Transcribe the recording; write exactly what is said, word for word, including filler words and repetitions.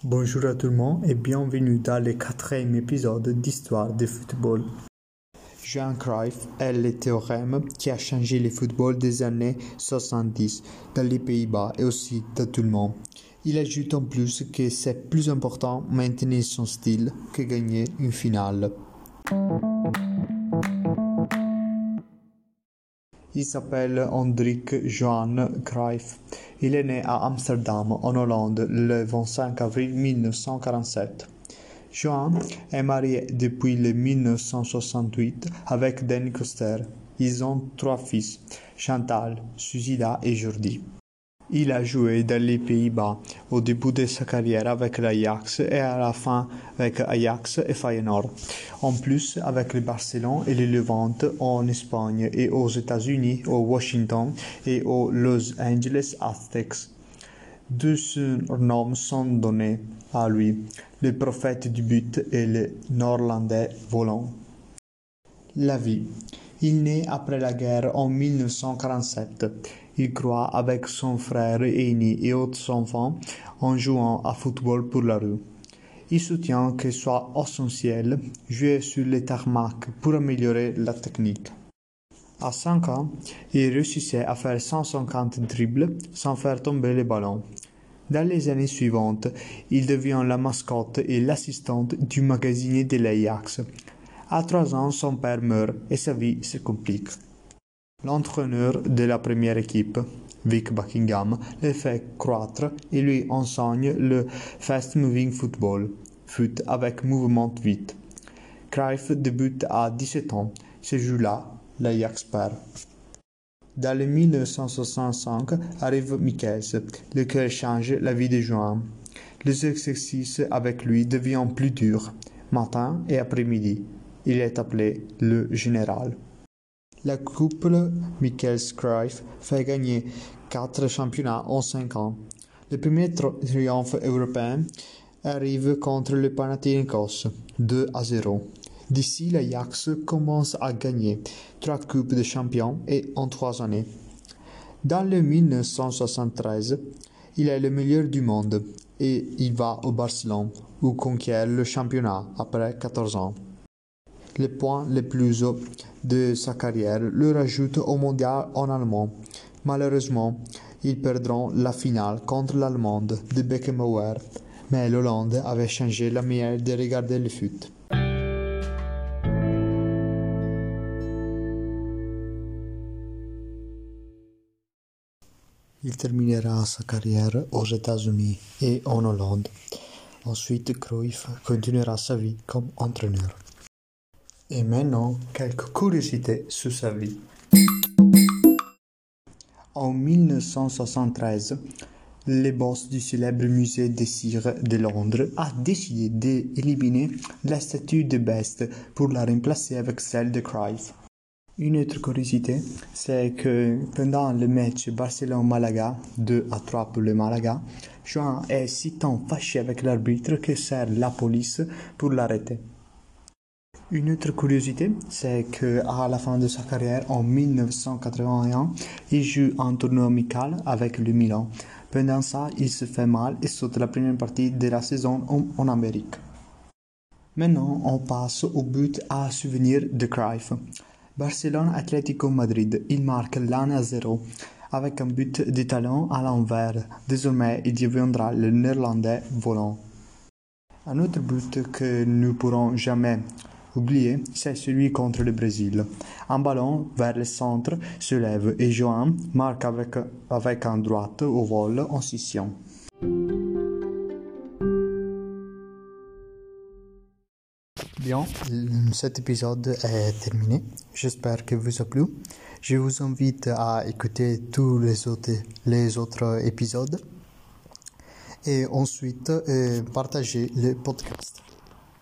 Bonjour à tout le monde et bienvenue dans le quatrième épisode d'Histoire du football. Johan Cruyff est le théorème qui a changé le football des années soixante-dix dans les Pays-Bas et aussi dans tout le monde. Il ajoute en plus que c'est plus important maintenir son style que gagner une finale. Il s'appelle Hendrik Johan Cruyff. Il est né à Amsterdam, en Hollande, le vingt-cinq avril mille neuf cent quarante-sept. Johan est marié depuis le mille neuf cent soixante-huit avec Danny Koster. Ils ont trois fils, Chantal, Susida et Jordi. Il a joué dans les Pays-Bas au début de sa carrière avec l'Ajax et à la fin avec Ajax et Feyenoord. En plus avec le Barcelone et le Levante en Espagne et aux États-Unis, au Washington et aux Los Angeles Aztecs. Deux surnoms sont donnés à lui, le prophète du but et le Néerlandais volant. La vie. Il naît après la guerre en mille neuf cent quarante-sept. Il croit avec son frère aîné et autres enfants en jouant à football pour la rue. Il soutient qu'il soit essentiel jouer sur les tarmac pour améliorer la technique. À cinq ans, il réussissait à faire cent cinquante dribbles sans faire tomber le ballon. Dans les années suivantes, il devient la mascotte et l'assistante du magasinier de l'Ajax. À trois ans, son père meurt et sa vie se complique. L'entraîneur de la première équipe, Vic Buckingham, le fait croître et lui enseigne le fast moving football, foot avec mouvement vite. Cruyff débute à dix-sept ans. Ce jour-là, l'Ajax perd. Dans le mille neuf cent soixante-cinq arrive Michels, lequel change la vie de Johan. Les exercices avec lui deviennent plus durs, matin et après-midi. Il est appelé le général. La couple Michels-Cruyff fait gagner quatre championnats en cinq ans. Le premier triomphe européen arrive contre le Panathinaikos, deux à zéro. D'ici, l'Ajax commence à gagner trois coupes de champions et en trois années. Dans le mille neuf cent soixante-treize, il est le meilleur du monde et il va au Barcelone où conquiert le championnat après quatorze ans. Le point le plus haut de sa carrière le rajoute au mondial en allemand. Malheureusement, ils perdront la finale contre l'Allemande de Beckenbauer, mais l'Hollande avait changé la manière de regarder le foot. Il terminera sa carrière aux États-Unis et en Hollande. Ensuite, Cruyff continuera sa vie comme entraîneur. Et maintenant, quelques curiosités sur sa vie. En mille neuf cent soixante-treize, le boss du célèbre musée des cires de Londres a décidé d'éliminer la statue de Best pour la remplacer avec celle de Cruyff. Une autre curiosité, c'est que pendant le match Barcelone-Malaga, deux à trois pour le Malaga, Johan est si tant fâché avec l'arbitre que sert la police pour l'arrêter. Une autre curiosité, c'est qu'à la fin de sa carrière, en mille neuf cent quatre-vingt-un, il joue un tournoi amical avec le Milan. Pendant ça, il se fait mal et saute la première partie de la saison en, en Amérique. Maintenant, on passe au but à souvenir de Cruyff. Barcelone Atlético Madrid, il marque l'un à zéro avec un but de talent à l'envers. Désormais, il deviendra le Néerlandais volant. Un autre but que nous ne pourrons jamais oublié, c'est celui contre le Brésil. Un ballon vers le centre se lève et Johan marque avec, avec un droite au vol en scission. Bien, cet épisode est terminé. J'espère que vous a plu. Je vous invite à écouter tous les autres, les autres épisodes et ensuite euh, partager le podcast.